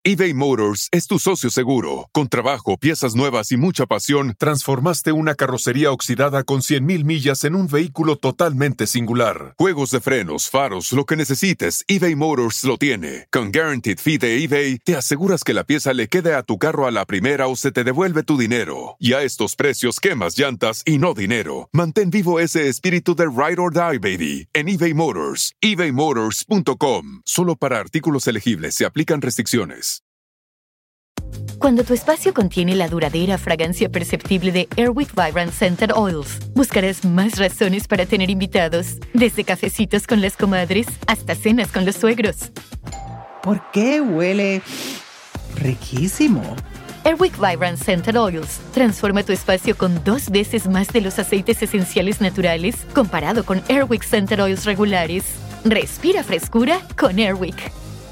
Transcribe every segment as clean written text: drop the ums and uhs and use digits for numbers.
eBay Motors es tu socio seguro. Con trabajo, piezas nuevas y mucha pasión, transformaste una carrocería oxidada con 100,000 millas en un vehículo totalmente singular. Juegos de frenos, faros, lo que necesites, eBay Motors lo tiene. Con Guaranteed Fee de eBay, te aseguras que la pieza le quede a tu carro a la primera o se te devuelve tu dinero. Y a estos precios, quemas llantas y no dinero. Mantén vivo ese espíritu de Ride or Die, baby, en eBay Motors. ebaymotors.com. Solo para artículos elegibles se aplican restricciones. Cuando tu espacio contiene la duradera fragancia perceptible de Airwick Vibrant Scented Oils, buscarás más razones para tener invitados, desde cafecitos con las comadres hasta cenas con los suegros. ¿Por qué huele riquísimo? Airwick Vibrant Scented Oils transforma tu espacio con 2 veces más de los aceites esenciales naturales comparado con Airwick Scented Oils regulares. Respira frescura con Airwick.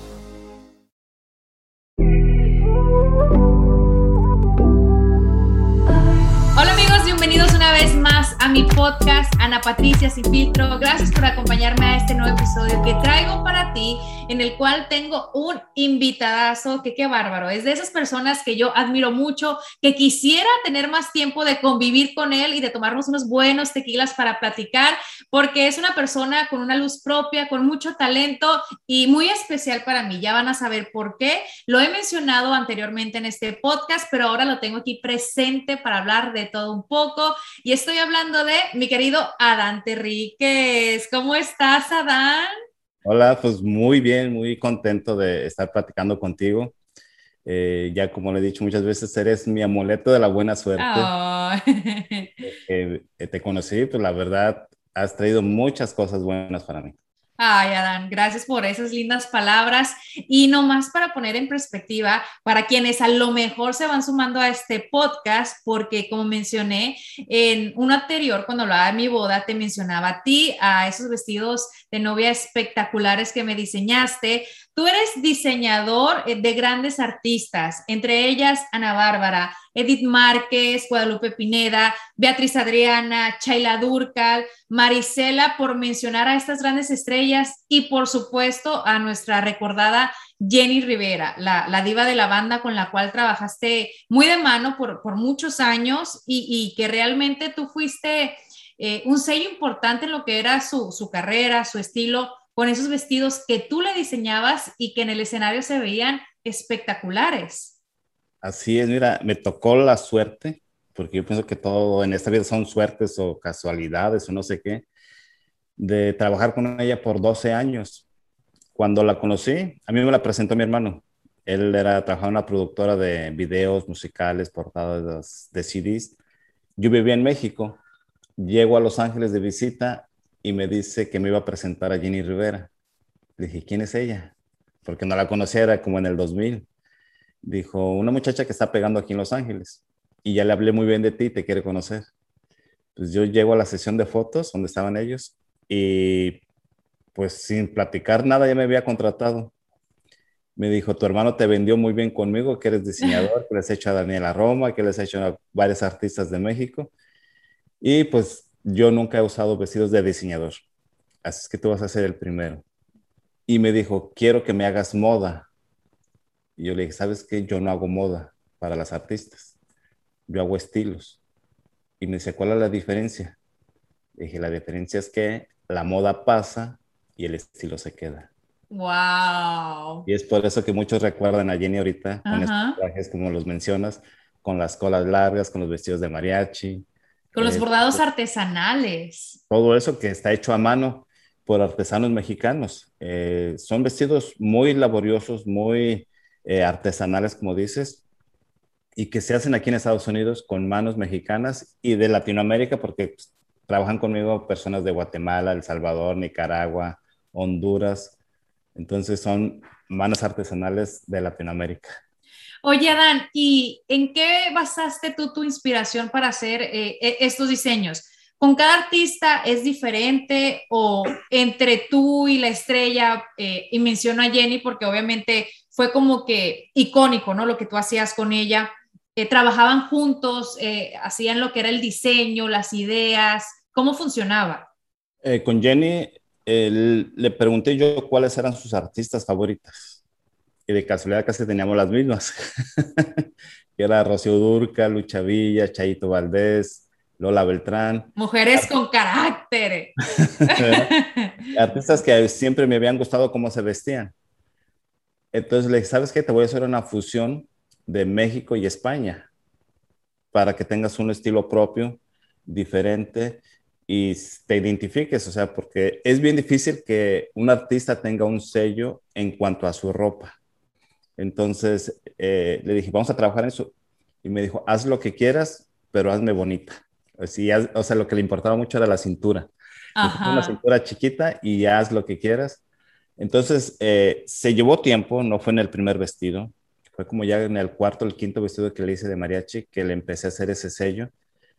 Hola amigos, bienvenidos una vez más a mi podcast Ana Patricia Sin Filtro. Gracias por acompañarme a este nuevo episodio que traigo para ti, en el cual tengo un invitadazo que qué bárbaro. Es de esas personas que yo admiro mucho, que quisiera tener más tiempo de convivir con él y de tomarnos unos buenos tequilas para platicar, porque es una persona con una luz propia, con mucho talento y muy especial para mí. Ya van a saber por qué. Lo he mencionado anteriormente en este podcast, pero ahora lo tengo aquí presente para hablar de todo un poco, y estoy hablando de mi querido Adán Terríquez. ¿Cómo estás, Adán? Hola, pues muy bien, muy contento de estar platicando contigo. Ya como le he dicho muchas veces, eres mi amuleto de la buena suerte. Oh. Te conocí, pues la verdad, has traído muchas cosas buenas para mí. Ay, Adán, gracias por esas lindas palabras. Y nomás para poner en perspectiva, para quienes a lo mejor se van sumando a este podcast, porque como mencioné en uno anterior, cuando hablaba de mi boda, te mencionaba a ti, a esos vestidos de novia espectaculares que me diseñaste. Tú eres diseñador de grandes artistas, entre ellas Ana Bárbara, Edith Márquez, Guadalupe Pineda, Beatriz Adriana, Chayla Durcal, Marisela, por mencionar a estas grandes estrellas, y por supuesto a nuestra recordada Jenny Rivera, la diva de la banda con la cual trabajaste muy de mano por muchos años, y que realmente tú fuiste un sello importante en lo que era su carrera, su estilo, con esos vestidos que tú le diseñabas y que en el escenario se veían espectaculares. Así es, mira, me tocó la suerte, porque yo pienso que todo en esta vida son suertes o casualidades o no sé qué, de trabajar con ella por 12 años. Cuando la conocí, a mí me la presentó mi hermano. Él trabajaba en una productora de videos musicales, portadas de CDs. Yo vivía en México, llego a Los Ángeles de visita y me dice que me iba a presentar a Jenny Rivera. Le dije, ¿quién es ella? Porque no la conocía, era como en el 2000. Dijo, una muchacha que está pegando aquí en Los Ángeles y ya le hablé muy bien de ti, te quiere conocer. Pues yo llego a la sesión de fotos donde estaban ellos y pues sin platicar nada ya me había contratado. Me dijo, tu hermano te vendió muy bien conmigo, que eres diseñador, que les he hecho a Daniela Roma, que les he hecho a varios artistas de México, y pues yo nunca he usado vestidos de diseñador, así es que tú vas a ser el primero. Y me dijo, quiero que me hagas moda. Y yo le dije, ¿sabes qué? Yo no hago moda para las artistas. Yo hago estilos. Y me dice, ¿cuál es la diferencia? Le dije, la diferencia es que la moda pasa y el estilo se queda. ¡Wow! Y es por eso que muchos recuerdan a Jenny ahorita con estos trajes, como los mencionas, con las colas largas, con los vestidos de mariachi. Con los bordados artesanales. Todo eso que está hecho a mano por artesanos mexicanos. Son vestidos muy laboriosos, muy artesanales, como dices, y que se hacen aquí en Estados Unidos con manos mexicanas y de Latinoamérica, porque pues, trabajan conmigo personas de Guatemala, El Salvador, Nicaragua, Honduras. Entonces son manos artesanales de Latinoamérica. Oye, Adán, ¿y en qué basaste tú tu inspiración para hacer estos diseños? ¿Con cada artista es diferente, o entre tú y la estrella, y menciono a Jenny porque obviamente fue como que icónico, ¿no? Lo que tú hacías con ella. ¿Trabajaban juntos, hacían lo que era el diseño, las ideas? ¿Cómo funcionaba? Con Jenny le pregunté yo cuáles eran sus artistas favoritas. y de casualidad casi teníamos las mismas. Que era Rocío Dúrcal, Lucha Villa, Chayito Valdés, Lola Beltrán. Mujeres con carácter. Artistas que siempre me habían gustado cómo se vestían. Entonces le dije, ¿sabes qué? Te voy a hacer una fusión de México y España para que tengas un estilo propio, diferente y te identifiques. O sea, porque es bien difícil que un artista tenga un sello en cuanto a su ropa. Entonces le dije, vamos a trabajar en eso. Y me dijo, haz lo que quieras, pero hazme bonita. Así, o sea, lo que le importaba mucho era la cintura. Una Ajá. cintura chiquita y haz lo que quieras. Entonces, se llevó tiempo, no fue en el primer vestido, fue como ya en el cuarto, el quinto vestido que le hice de mariachi, que le empecé a hacer ese sello,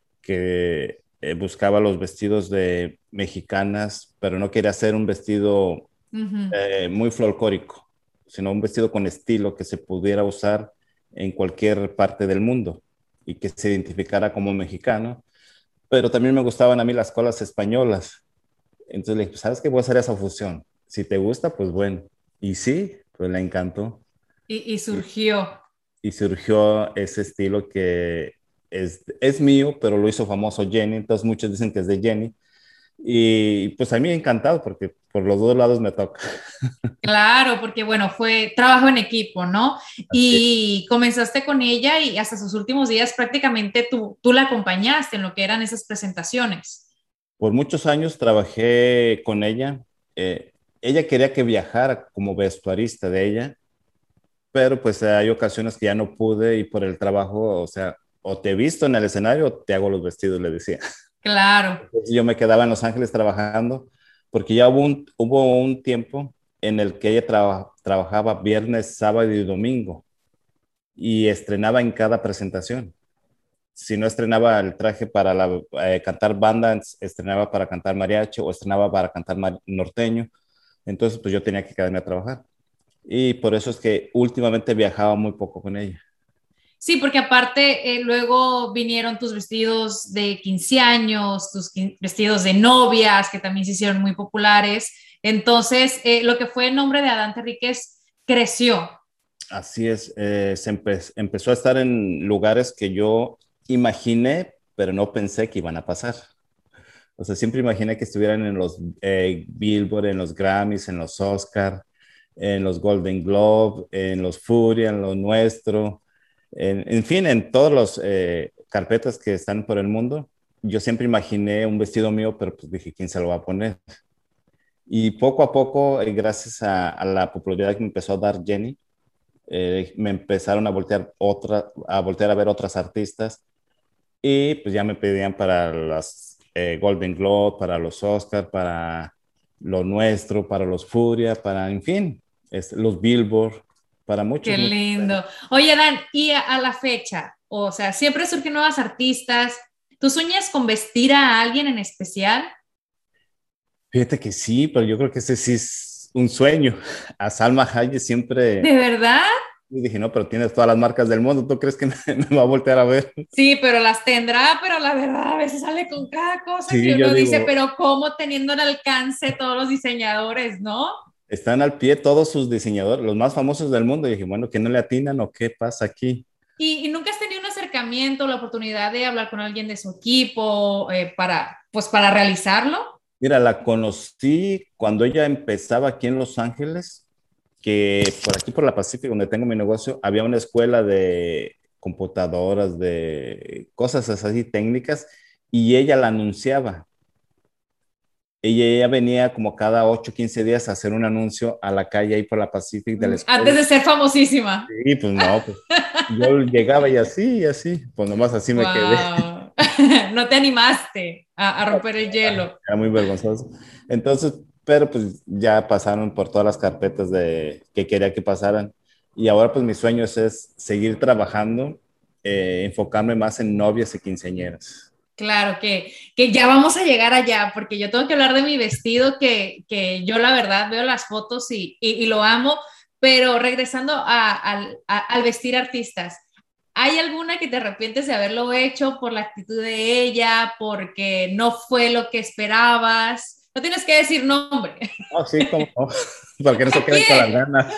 que buscaba los vestidos de mexicanas, pero no quería hacer un vestido Ujú. muy folclórico, sino un vestido con estilo que se pudiera usar en cualquier parte del mundo y que se identificara como mexicano. Pero también me gustaban a mí las colas españolas. Entonces le dije, ¿sabes qué? Voy a hacer esa fusión. Si te gusta, pues bueno. Y sí, pues le encantó. Y Y, surgió. y surgió ese estilo que es mío, pero lo hizo famoso Jenny. Entonces muchos dicen que es de Jenny. Y pues a mí encantado porque por los dos lados me toca. Claro, porque bueno, fue trabajo en equipo, ¿no? Así. Y comenzaste con ella y hasta sus últimos días prácticamente tú la acompañaste en lo que eran esas presentaciones. Por muchos años trabajé con ella. Ella quería que viajara como vestuarista de ella, pero pues hay ocasiones que ya no pude y por el trabajo, o sea, o te he visto en el escenario o te hago los vestidos, le decía. Claro. Entonces yo me quedaba en Los Ángeles trabajando porque ya hubo un tiempo en el que ella trabajaba viernes, sábado y domingo y estrenaba en cada presentación. Si no estrenaba el traje para cantar banda, estrenaba para cantar mariachi o estrenaba para cantar norteño. Entonces, pues yo tenía que quedarme a trabajar. Y por eso es que últimamente viajaba muy poco con ella. Sí, porque aparte luego vinieron tus vestidos de 15 años, vestidos de novias, que también se hicieron muy populares. Entonces, lo que fue el nombre de Adán Terríquez creció. Así es, empezó a estar en lugares que yo imaginé, pero no pensé que iban a pasar. O sea, siempre imaginé que estuvieran en los Billboard, en los Grammys, en los Oscar, en los Golden Globe, en los Furia, en lo nuestro, en fin, en todas las carpetas que están por el mundo. Yo siempre imaginé un vestido mío, pero pues dije, ¿quién se lo va a poner? Y poco a poco, gracias a la popularidad que me empezó a dar Jenny, me empezaron a voltear a ver otras artistas y pues ya me pedían para las Golden Globe, para los Oscar, para lo nuestro, para los Furia, para, en fin, los Billboard, para Qué muchos, muchos lindo. premios. Oye, Dan, y a la fecha, o sea, siempre surgen nuevas artistas. ¿Tú sueñas con vestir a alguien en especial? Fíjate que sí, pero yo creo que ese sí es un sueño. A Salma Hayek ¿De siempre verdad? y dije, no, pero tienes todas las marcas del mundo, ¿tú crees que me va a voltear a ver? Sí, pero las tendrá, pero la verdad a veces sale con cada cosa que Sí, yo uno dice, digo, pero ¿cómo teniendo al alcance todos los diseñadores, no? están al pie todos sus diseñadores, los más famosos del mundo. Y dije, bueno, ¿que no le atinan o qué pasa aquí? Y nunca has tenido un acercamiento, la oportunidad de hablar con alguien de su equipo pues para realizarlo. Mira, la conocí cuando ella empezaba aquí en Los Ángeles, que por aquí por la Pacífica, donde tengo mi negocio, había una escuela de computadoras, de cosas así técnicas, y ella la anunciaba. Ella venía como cada 8 15 días a hacer un anuncio a la calle ahí por la Pacific de la Antes escuela. de ser famosísima. Y pues no, pues yo llegaba y así, pues nomás así me quedé. Wow. No te animaste a romper el hielo. Era muy vergonzoso. Entonces, pero pues ya pasaron por todas las carpetas de que quería que pasaran. Y ahora pues mi sueño es seguir trabajando, enfocarme más en novias y quinceañeras. Claro que ya vamos a llegar allá, porque yo tengo que hablar de mi vestido, que yo la verdad veo las fotos y lo amo, pero regresando al vestir artistas, ¿hay alguna que te arrepientes de haberlo hecho por la actitud de ella, porque no fue lo que esperabas? No tienes que decir nombre. Oh, sí, como no, para que no se queden con las ganas.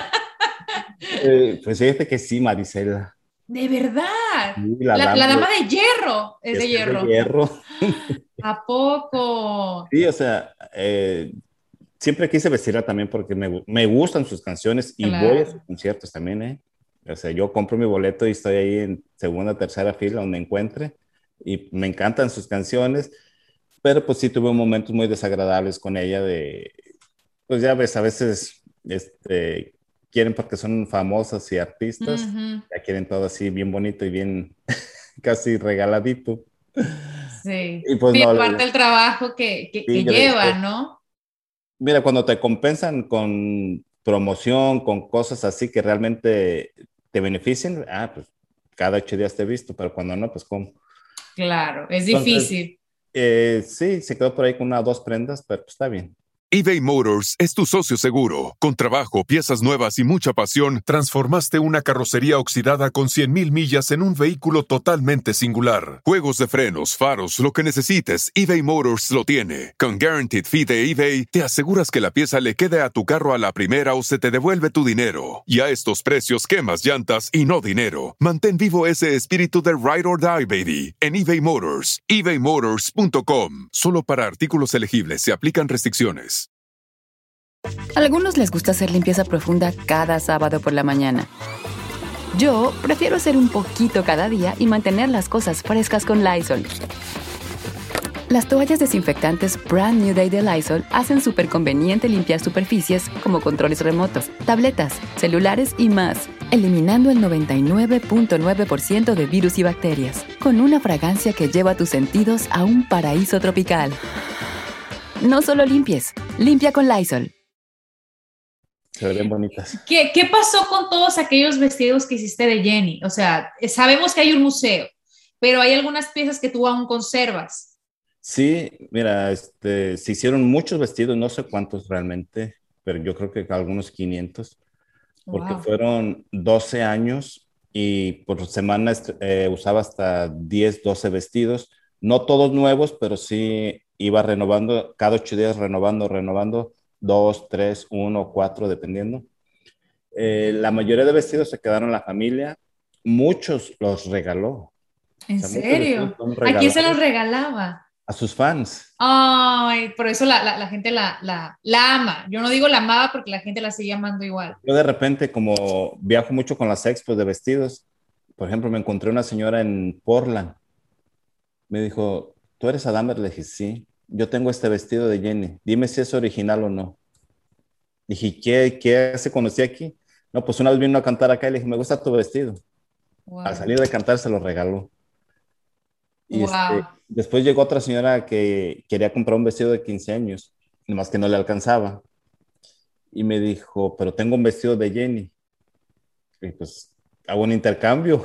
Pues fíjate que sí, Marisela. De verdad. Sí, La dama de hierro es de es de hierro. hierro. ¿A poco? Sí, o sea, siempre quise vestirla también porque me gustan sus canciones y voy a sus Claro. conciertos también, ¿eh? O sea, yo compro mi boleto y estoy ahí en segunda, tercera fila donde encuentre y me encantan sus canciones, pero pues sí tuve momentos muy desagradables con ella pues ya ves, a veces quieren porque son famosas y artistas, Ujú. ya quieren todo así bien bonito y bien casi regaladito. Sí. Y pues Sí, no, aparte el trabajo sí, que yo le lleva, dije, ¿no? mira, cuando te compensan con promoción, con cosas así que realmente te beneficien, pues cada 8 días te he visto, pero cuando no, pues ¿cómo? Claro, es Entonces, difícil. sí, se quedó por ahí con una o dos prendas, pero pues está bien. eBay Motors es tu socio seguro. Con trabajo, piezas nuevas y mucha pasión, transformaste una carrocería oxidada con 100,000 millas en un vehículo totalmente singular. Juegos de frenos, faros, lo que necesites, eBay Motors lo tiene. Con Guaranteed Fee de eBay, te aseguras que la pieza le quede a tu carro a la primera o se te devuelve tu dinero. Y a estos precios, quemas llantas y no dinero. Mantén vivo ese espíritu de Ride or Die, baby, en eBay Motors. ebaymotors.com. Solo para artículos elegibles se aplican restricciones. A algunos les gusta hacer limpieza profunda cada sábado por la mañana. Yo prefiero hacer un poquito cada día y mantener las cosas frescas con Lysol. Las toallas desinfectantes Brand New Day de Lysol hacen súper conveniente limpiar superficies como controles remotos, tabletas, celulares y más, eliminando el 99.9% de virus y bacterias, con una fragancia que lleva tus sentidos a un paraíso tropical. No solo limpies, limpia con Lysol. Se ven bonitas. ¿Qué pasó con todos aquellos vestidos que hiciste de Jenny? O sea, sabemos que hay un museo, pero hay algunas piezas que tú aún conservas. Sí, mira, se hicieron muchos vestidos, no sé cuántos realmente, pero yo creo que algunos 500, porque Wow. fueron 12 años y por semana usaba hasta 10, 12 vestidos, no todos nuevos, pero sí iba renovando, cada 8 días renovando, 2, 3, 1, 4, dependiendo. La mayoría de vestidos se quedaron en la familia, muchos los regaló, o ¿En sea, muchos vestidos serio? son ¿A quién se los regalados regalaba? a sus fans. Ay, por eso la gente la ama. Yo no digo la amaba porque la gente la sigue amando igual. Yo de repente, como viajo mucho con las expos de vestidos, por ejemplo, me encontré una señora en Portland. Me dijo, ¿tú eres Adamer? Le dije, sí. Yo tengo este vestido de Jenny. Dime si es original o no. Dije, ¿qué se conocía aquí? No, pues una vez vino a cantar acá y le dije, me gusta tu vestido. Al Wow. salir de cantar se lo regaló. Y Wow. después llegó otra señora que quería comprar un vestido de 15 años, más que no le alcanzaba. Y me dijo, pero tengo un vestido de Jenny. Y pues hago un intercambio.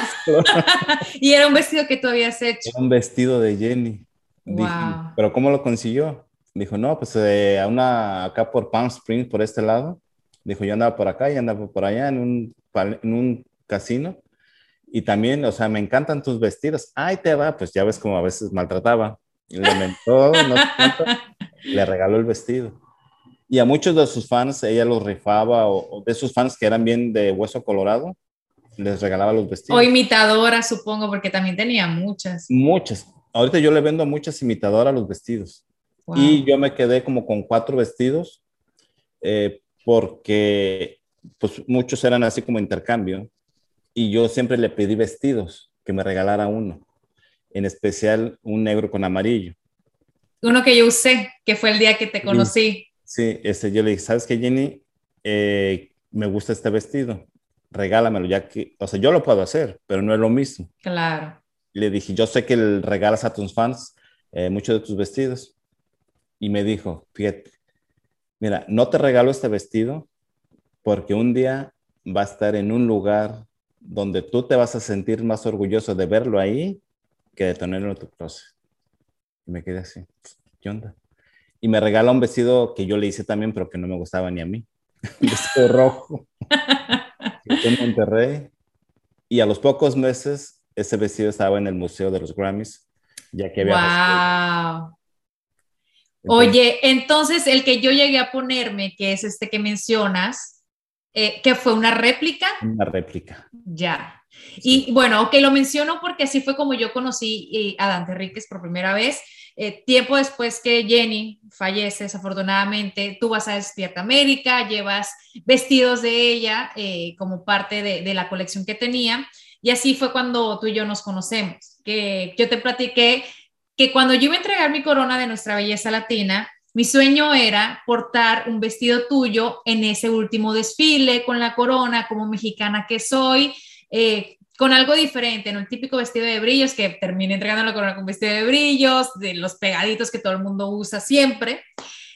Y era un vestido que tú habías hecho. Era un vestido de Jenny. Dije, Wow. ¿pero cómo lo consiguió? Dijo, no, pues acá por Palm Springs, por este lado. Dijo, yo andaba por acá y andaba por allá en un casino. Y también, o sea, me encantan tus vestidos. Ahí te va, pues ya ves como a veces maltrataba. Y le mentó, no sé cuánto, le regaló el vestido. Y a muchos de sus fans, ella los rifaba, o de sus fans que eran bien de hueso colorado, les regalaba los O vestidos. imitadora, supongo, porque también tenía muchas. Muchas. Ahorita yo le vendo a muchas imitadoras los vestidos. Y Wow. yo me quedé como con 4 vestidos porque pues muchos eran así como intercambio. Y yo siempre le pedí vestidos, que me regalara uno. En especial un negro con amarillo. Uno que yo usé, que fue el día que te Sí, conocí. sí, yo le dije, ¿sabes qué, Jenny? Me gusta este vestido. Regálamelo, ya que, o sea, yo lo puedo hacer, pero no es lo mismo. Claro. Le dije, yo sé que le regalas a tus fans muchos de tus vestidos. Y me dijo, fíjate, mira, no te regalo este vestido porque un día va a estar en un lugar donde tú te vas a sentir más orgulloso de verlo ahí que de tenerlo en tu closet. Y me quedé así, ¿qué onda? Y me regala un vestido que yo le hice también, pero que no me gustaba ni a mí. Un vestido rojo. Y fue en Monterrey. Y a los pocos meses, ese vestido estaba en el Museo de los Grammys, ya que había recibido. Wow. Entonces, Oye, entonces el que yo llegué a ponerme, que es este que mencionas, que fue una réplica, una réplica. ya. Sí. Y bueno, ok, lo menciono porque así fue como yo conocí a Dante Ríquez por primera vez. Tiempo después que Jenny fallece, desafortunadamente, tú vas a Despierta América, llevas vestidos de ella como parte de la colección que tenía. Y así fue cuando tú y yo nos conocemos, que yo te platiqué que cuando yo iba a entregar mi corona de nuestra belleza latina, mi sueño era portar un vestido tuyo en ese último desfile con la corona, como mexicana que soy, con algo diferente, no el típico vestido de brillos que termine entregando la corona con vestido de brillos, de los pegaditos que todo el mundo usa siempre.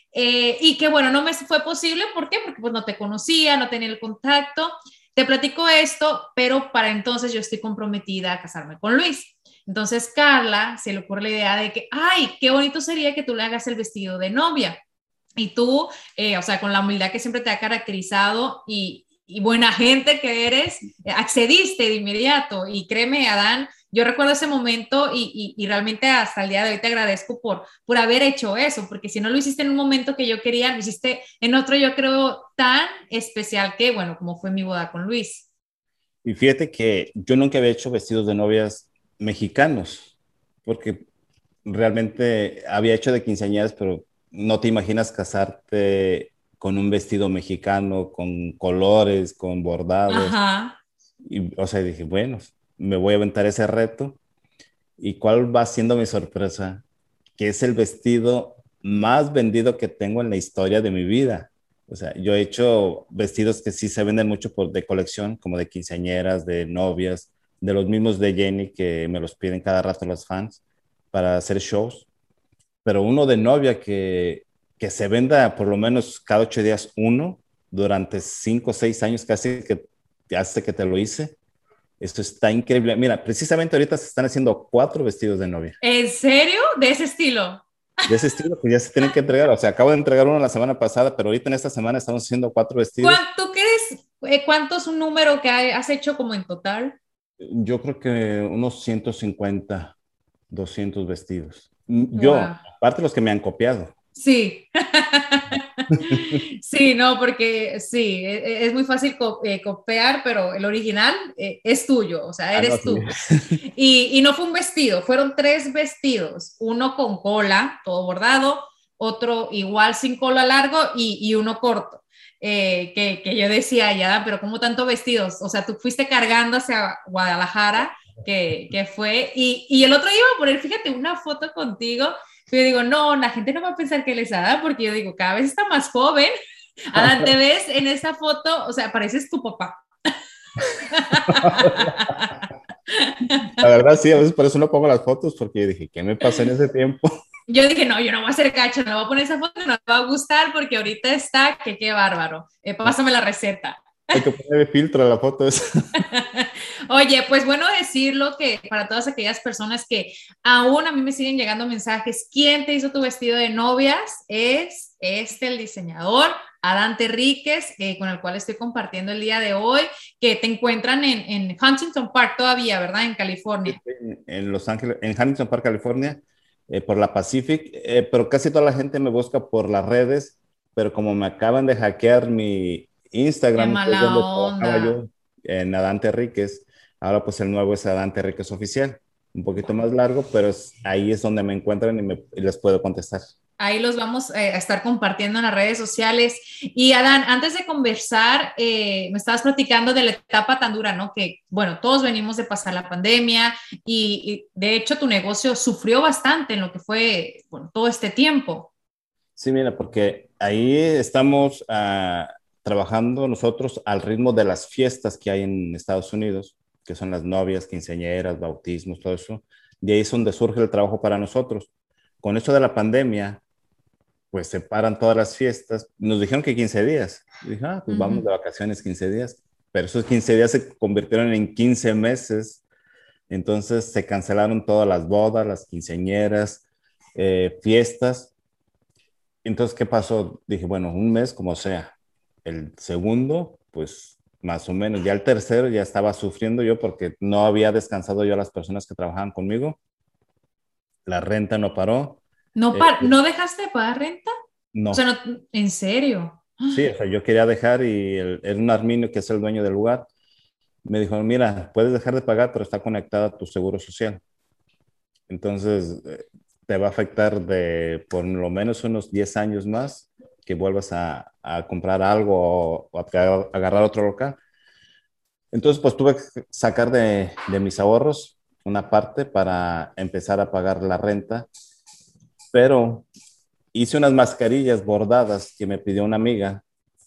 Y que bueno, no me fue posible, ¿por qué? Porque pues no te conocía, no tenía el contacto. Te platico esto, pero para entonces yo estoy comprometida a casarme con Luis. Entonces Carla se le ocurre la idea de que, ay, qué bonito sería que tú le hagas el vestido de novia. Y tú, o sea, con la humildad que siempre te ha caracterizado y buena gente que eres, accediste de inmediato. Y créeme, Adán, yo recuerdo ese momento y realmente hasta el día de hoy te agradezco por haber hecho eso, porque si no lo hiciste en un momento que yo quería, lo hiciste en otro, yo creo, tan especial que, bueno, como fue mi boda con Luis. Y fíjate que yo nunca había hecho vestidos de novias mexicanos, porque realmente había hecho de quinceañeras, pero no te imaginas casarte con un vestido mexicano, con colores, con bordados. Ajá. Y, o sea, dije, bueno, me voy a aventar ese reto. ¿Y cuál va siendo mi sorpresa? Que es el vestido más vendido que tengo en la historia de mi vida. O sea, yo he hecho vestidos que sí se venden mucho de colección, como de quinceañeras, de novias, de los mismos de Jenny que me los piden cada rato los fans para hacer shows. Pero uno de novia que se venda por lo menos cada 8 días uno durante 5 o 6 años que hace que te lo hice. Esto está increíble. Mira, precisamente ahorita se están haciendo 4 vestidos de novia. ¿En serio? ¿De ese estilo? De ese estilo que ya se tienen que entregar. O sea, acabo de entregar uno la semana pasada, pero ahorita en esta semana estamos haciendo 4 vestidos. ¿Tú crees cuánto es un número que has hecho como en total? Yo creo que unos 150, 200 vestidos. Yo, Wow. aparte los que me han copiado. Sí. Sí, no, porque sí, es muy fácil copiar, pero el original es tuyo, o sea, Ah, no, eres sí. tú. Y no fue un vestido, fueron 3 vestidos, uno con cola, todo bordado, otro igual sin cola largo y uno corto. Que yo decía, ya, pero ¿cómo tanto vestidos? O sea, tú fuiste cargando hacia Guadalajara, que fue, y el otro iba a poner, fíjate, una foto contigo. Yo digo, no, la gente no va a pensar que él es Adán, porque yo digo, cada vez está más joven. Adán, te ves en esa foto, o sea, pareces tu papá. La verdad, sí, a veces por eso no pongo las fotos, porque dije, ¿qué me pasó en ese tiempo? Yo dije, no, yo no voy a hacer cacho, no voy a poner esa foto, no me va a gustar, porque ahorita está, que qué bárbaro. Pásame la receta. Hay que ponerle filtro a la foto esa. Oye, pues bueno decirlo que para todas aquellas personas que aún a mí me siguen llegando mensajes, ¿quién te hizo tu vestido de novias? Es el diseñador Adán Terríquez, con el cual estoy compartiendo el día de hoy, que te encuentran en Huntington Park todavía, ¿verdad? En California. En Los Ángeles, en Huntington Park, California, por la Pacific, pero casi toda la gente me busca por las redes, pero como me acaban de hackear mi Qué Instagram, que es mala donde trabajaba onda. yo, en Adán Terríquez, ahora pues el nuevo es Adán Terríquez Oficial, un poquito más largo, pero ahí es donde me encuentran y les puedo contestar. Ahí los vamos a estar compartiendo en las redes sociales. Y Adán, antes de conversar, me estabas platicando de la etapa tan dura, ¿no? Que, bueno, todos venimos de pasar la pandemia y de hecho tu negocio sufrió bastante en lo que fue, bueno, todo este tiempo. Sí, mira, porque ahí estamos trabajando nosotros al ritmo de las fiestas que hay en Estados Unidos, que son las novias, quinceañeras, bautismos, todo eso. De ahí es donde surge el trabajo para nosotros. Con esto de la pandemia, pues se paran todas las fiestas. Nos dijeron que 15 días. Y dije, pues vamos de vacaciones 15 días. Pero esos 15 días se convirtieron en 15 meses. Entonces se cancelaron todas las bodas, las quinceañeras, fiestas. Entonces, ¿qué pasó? Dije, bueno, un mes como sea. El segundo, pues más o menos. Ya el tercero ya estaba sufriendo yo porque no había descansado yo a las personas que trabajaban conmigo. La renta no paró. ¿No dejaste de pagar renta? No. O sea, no, ¿en serio? Sí, o sea, yo quería dejar y era un Arminio que es el dueño del lugar. Me dijo, mira, puedes dejar de pagar, pero está conectada a tu seguro social. Entonces, te va a afectar de por lo menos unos 10 años más que vuelvas a comprar algo o a agarrar otro local. Entonces, pues tuve que sacar de mis ahorros una parte para empezar a pagar la renta, pero hice unas mascarillas bordadas que me pidió una amiga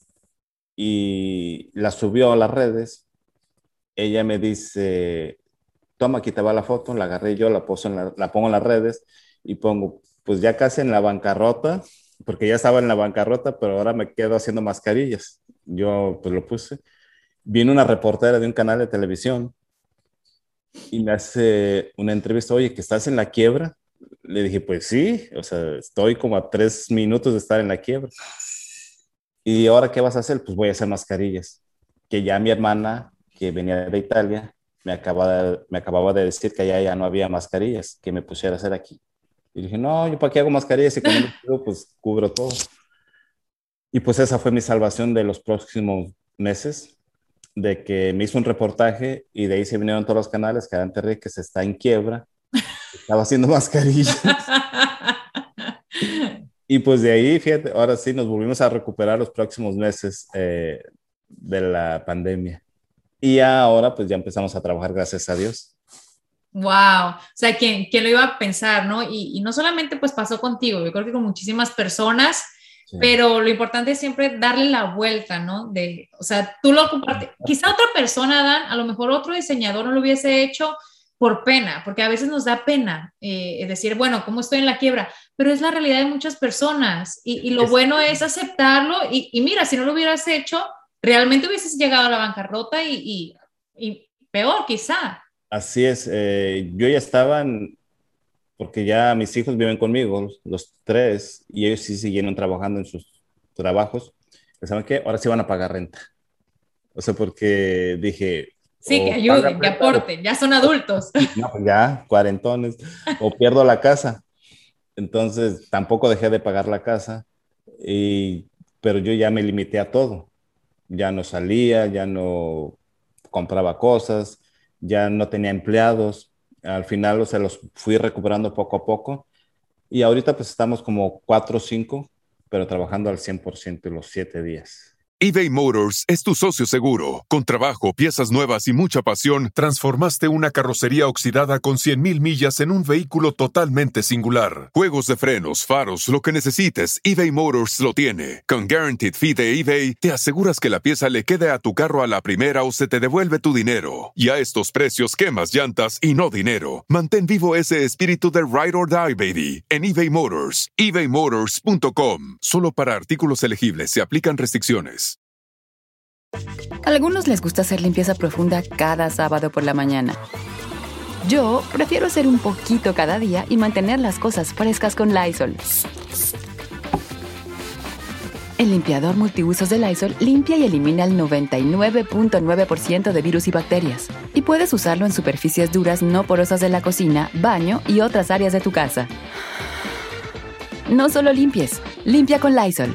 y las subió a las redes. Ella me dice, toma, aquí te va la foto, la agarré yo, la pongo en las redes y pongo, pues ya casi en la bancarrota, porque ya estaba en la bancarrota, pero ahora me quedo haciendo mascarillas. Yo pues lo puse. Viene una reportera de un canal de televisión y me hace una entrevista, oye, ¿que estás en la quiebra? Le dije, pues sí, o sea, estoy como a 3 minutos de estar en la quiebra. ¿Y ahora qué vas a hacer? Pues voy a hacer mascarillas. Que ya mi hermana, que venía de Italia, me acababa de decir que allá ya no había mascarillas, que me pusiera a hacer aquí. Y dije, no, ¿yo para qué hago mascarillas? Y con un vestido, pues cubro todo. Y pues esa fue mi salvación de los próximos meses, de que me hizo un reportaje y de ahí se vinieron todos los canales, que Adelante Enríquez está en quiebra, estaba haciendo mascarillas. Y pues de ahí, fíjate, ahora sí nos volvimos a recuperar los próximos meses de la pandemia. Y ahora pues ya empezamos a trabajar, gracias a Dios. Wow, o sea, ¿quién lo iba a pensar, no? Y no solamente pues pasó contigo, yo creo que con muchísimas personas, Sí. pero lo importante es siempre darle la vuelta, ¿no? O sea, tú lo compartes, quizá otra persona, Dan, a lo mejor otro diseñador no lo hubiese hecho por pena, porque a veces nos da pena decir, bueno, ¿cómo estoy en la quiebra? Pero es la realidad de muchas personas y lo bueno es aceptarlo y mira, si no lo hubieras hecho, realmente hubieses llegado a la bancarrota y peor quizá. Así es, yo ya porque ya mis hijos viven conmigo, los tres, y ellos sí siguieron trabajando en sus trabajos. ¿Saben qué? Ahora sí van a pagar renta. O sea, porque dije, Sí, que o pagan ayuden, que renta, aporten, ya son adultos. no, pues ya, cuarentones, o pierdo la casa. Entonces, tampoco dejé de pagar la casa, y, pero yo ya me limité a todo. Ya no salía, ya no compraba cosas, ya no tenía empleados. Al final, o sea, los fui recuperando poco a poco. Y ahorita pues estamos como 4 o 5, pero trabajando al 100% los 7 días. eBay Motors es tu socio seguro. Con trabajo, piezas nuevas y mucha pasión, transformaste una carrocería oxidada con 100,000 millas en un vehículo totalmente singular. Juegos de frenos, faros, lo que necesites, eBay Motors lo tiene. Con Guaranteed Fee de eBay, te aseguras que la pieza le quede a tu carro a la primera o se te devuelve tu dinero. Y a estos precios, quemas llantas y no dinero. Mantén vivo ese espíritu de Ride or Die, baby, en eBay Motors. ebaymotors.com. Solo para artículos elegibles se aplican restricciones. A algunos les gusta hacer limpieza profunda cada sábado por la mañana. Yo prefiero hacer un poquito cada día y mantener las cosas frescas con Lysol. El limpiador multiusos de Lysol limpia y elimina el 99.9% de virus y bacterias. Y puedes usarlo en superficies duras no porosas de la cocina, baño y otras áreas de tu casa. No solo limpies, limpia con Lysol.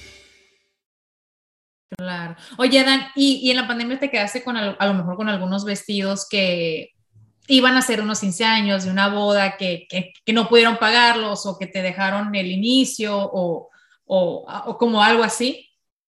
Claro. Oye, Dan, y en la pandemia te quedaste con a lo mejor con algunos vestidos que iban a ser unos 15 años de una boda que no pudieron pagarlos o que te dejaron el inicio o como algo así.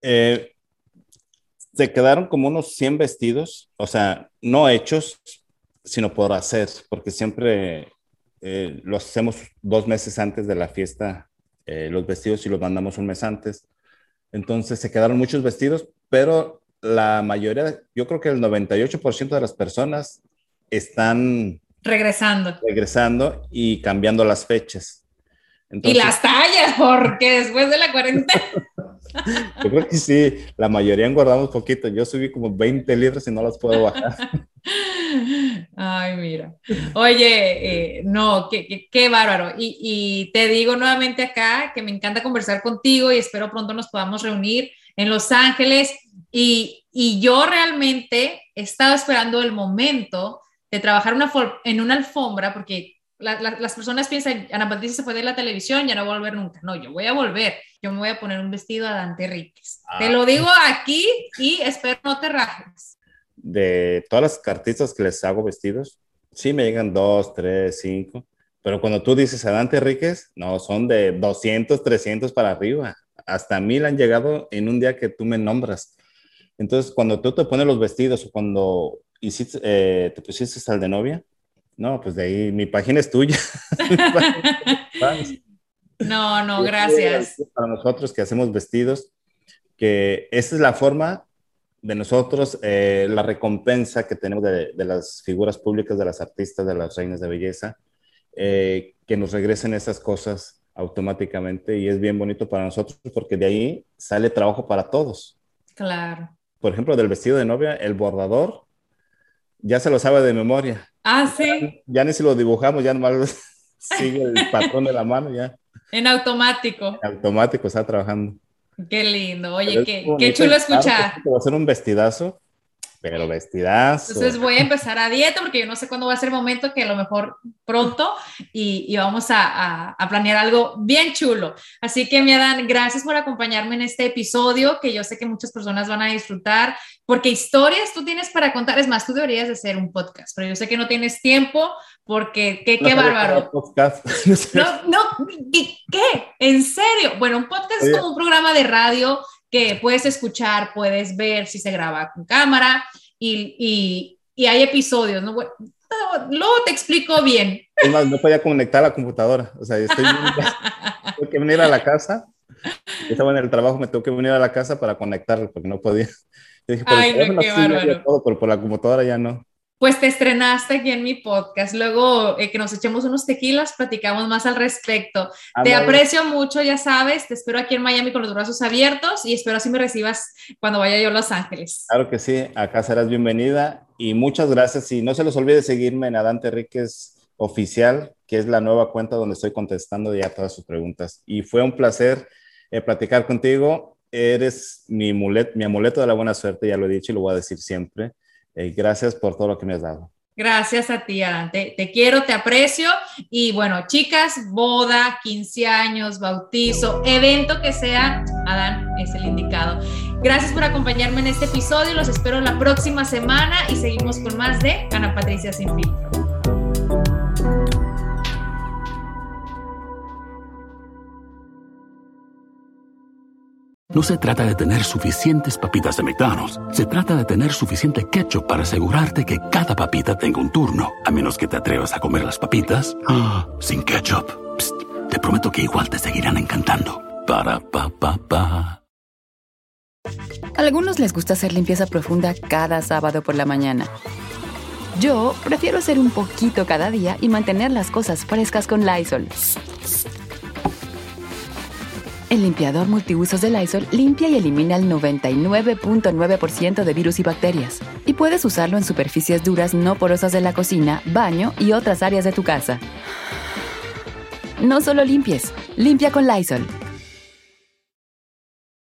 Se quedaron como unos 100 vestidos, o sea, no hechos, sino por hacer, porque siempre los hacemos 2 meses antes de la fiesta, los vestidos, y los mandamos un mes antes. Entonces se quedaron muchos vestidos, pero la mayoría, yo creo que el 98% de las personas están regresando y cambiando las fechas. Entonces, y las tallas, porque después de la cuarentena. Yo creo que sí, la mayoría engordamos poquito. Yo subí como 20 libras y no las puedo bajar. Ay, mira. Oye, no, qué bárbaro. Y te digo nuevamente acá que me encanta conversar contigo y espero pronto nos podamos reunir en Los Ángeles. Y yo realmente he estado esperando el momento de trabajar en una alfombra porque las personas piensan, Ana Patricia se fue de la televisión, ya no va a volver nunca. No, yo voy a volver. Yo me voy a poner un vestido a Dante Enríquez. Te lo digo aquí y espero no te rajes. De todas las artistas que les hago vestidos, sí me llegan 2, 3, 5. Pero cuando tú dices a Dante Enríquez, no, son de 200, 300 para arriba. Hasta 1000 han llegado en un día que tú me nombras. Entonces, cuando tú te pones los vestidos o cuando te pusiste al de novia, no, pues de ahí mi página es tuya. No, gracias. Para nosotros que hacemos vestidos, que esa es la forma de nosotros, la recompensa que tenemos de las figuras públicas, de las artistas, de las reinas de belleza, que nos regresen esas cosas automáticamente, y es bien bonito para nosotros porque de ahí sale trabajo para todos. Claro. Por ejemplo, del vestido de novia, el bordador ya se lo sabe de memoria. Ah, sí. Ya ni si lo dibujamos, ya nomás sigue el patrón de la mano ya. En automático. En automático está trabajando. Qué lindo. Oye, qué chulo escuchar. Va a ser un vestidazo, pero vestidazo. Entonces voy a empezar a dieta porque yo no sé cuándo va a ser el momento, que a lo mejor pronto, y vamos a planear algo bien chulo. Así que, mi Adán, gracias por acompañarme en este episodio, que yo sé que muchas personas van a disfrutar, porque historias tú tienes para contar. Es más, tú deberías de hacer un podcast, pero yo sé que no tienes tiempo, porque qué bárbaro. No, ¿qué? ¿En serio? Bueno, un podcast es como un programa de radio que puedes escuchar, puedes ver si se graba con cámara, y hay episodios, ¿no? Bueno, luego te explico bien. Es más, no podía conectar a la computadora, o sea, tengo que venir a la casa, estaba en el trabajo, me tengo que venir a la casa para conectarlo, porque no podía. Yo dije, ay, no, qué bárbaro. Todo, pero por la computadora ya no. Pues te estrenaste aquí en mi podcast. Luego que nos echemos unos tequilas, platicamos más al respecto. Te aprecio mucho, ya sabes. Te espero aquí en Miami con los brazos abiertos, y espero así me recibas cuando vaya yo a Los Ángeles. Claro que sí, acá serás bienvenida y muchas gracias. Y no se les olvide seguirme en Dante Enríquez Oficial, que es la nueva cuenta donde estoy contestando ya todas sus preguntas. Y fue un placer platicar contigo. Eres mi amuleto de la buena suerte, ya lo he dicho y lo voy a decir siempre. Gracias por todo lo que me has dado. Gracias a ti, Adán. Te quiero, te aprecio. Y bueno, chicas, boda, 15 años, bautizo, evento que sea, Adán es el indicado. Gracias por acompañarme en este episodio. Los espero la próxima semana y seguimos con más de Ana Patricia Sin Filtro. No se trata de tener suficientes papitas de McDonald's. Se trata de tener suficiente ketchup para asegurarte que cada papita tenga un turno. A menos que te atrevas a comer las papitas sin ketchup. Psst, te prometo que igual te seguirán encantando. Para, pa, pa, pa. A algunos les gusta hacer limpieza profunda cada sábado por la mañana. Yo prefiero hacer un poquito cada día y mantener las cosas frescas con Lysol. El limpiador multiusos de Lysol limpia y elimina el 99.9% de virus y bacterias. Y puedes usarlo en superficies duras no porosas de la cocina, baño y otras áreas de tu casa. No solo limpies, limpia con Lysol.